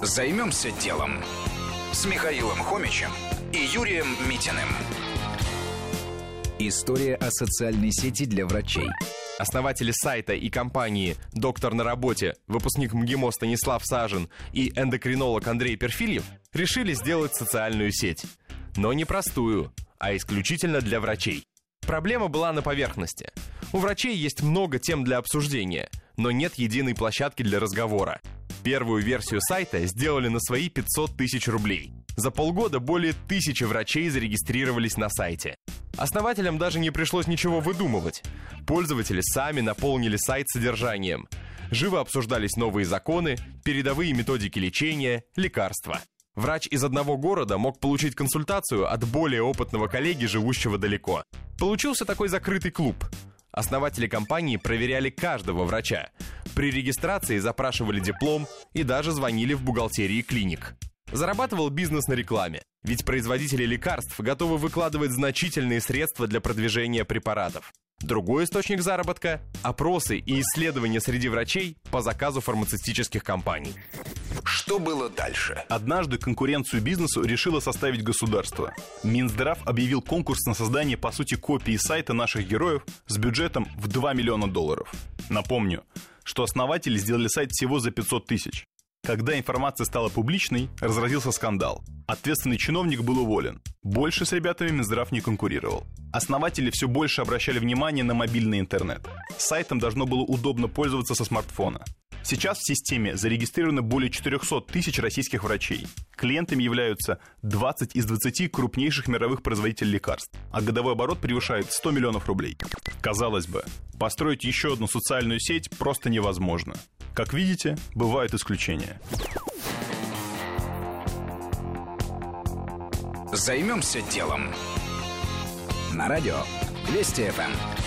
Займемся делом с Михаилом Хомичем и Юрием Митиным. История о социальной сети для врачей. Основатели сайта и компании «Доктор на работе», выпускник МГИМО Станислав Сажин и эндокринолог Андрей Перфильев решили сделать социальную сеть. Но не простую, а исключительно для врачей. Проблема была на поверхности. У врачей есть много тем для обсуждения, но нет единой площадки для разговора. Первую версию сайта сделали на свои 500 тысяч рублей. За полгода более 1000 врачей зарегистрировались на сайте. Основателям даже не пришлось ничего выдумывать. Пользователи сами наполнили сайт содержанием. Живо обсуждались новые законы, передовые методики лечения, лекарства. Врач из одного города мог получить консультацию от более опытного коллеги, живущего далеко. Получился такой закрытый клуб. Основатели компании проверяли каждого врача. При регистрации запрашивали диплом и даже звонили в бухгалтерии клиник. Зарабатывал бизнес на рекламе, ведь производители лекарств готовы выкладывать значительные средства для продвижения препаратов. Другой источник заработка – опросы и исследования среди врачей по заказу фармацевтических компаний. Что было дальше? Однажды конкуренцию бизнесу решило составить государство. Минздрав объявил конкурс на создание, по сути, копии сайта наших героев с бюджетом в $2 миллиона. Напомню, что основатели сделали сайт всего за 500 тысяч. Когда информация стала публичной, разразился скандал. Ответственный чиновник был уволен. Больше с ребятами Минздрав не конкурировал. Основатели все больше обращали внимание на мобильный интернет. Сайтом должно было удобно пользоваться со смартфона. Сейчас в системе зарегистрировано более 400 тысяч российских врачей. Клиентами являются 20 из 20 крупнейших мировых производителей лекарств, а годовой оборот превышает 100 миллионов рублей. Казалось бы, построить еще одну социальную сеть просто невозможно. Как видите, бывают исключения. Займемся делом. На радио Вести ФМ.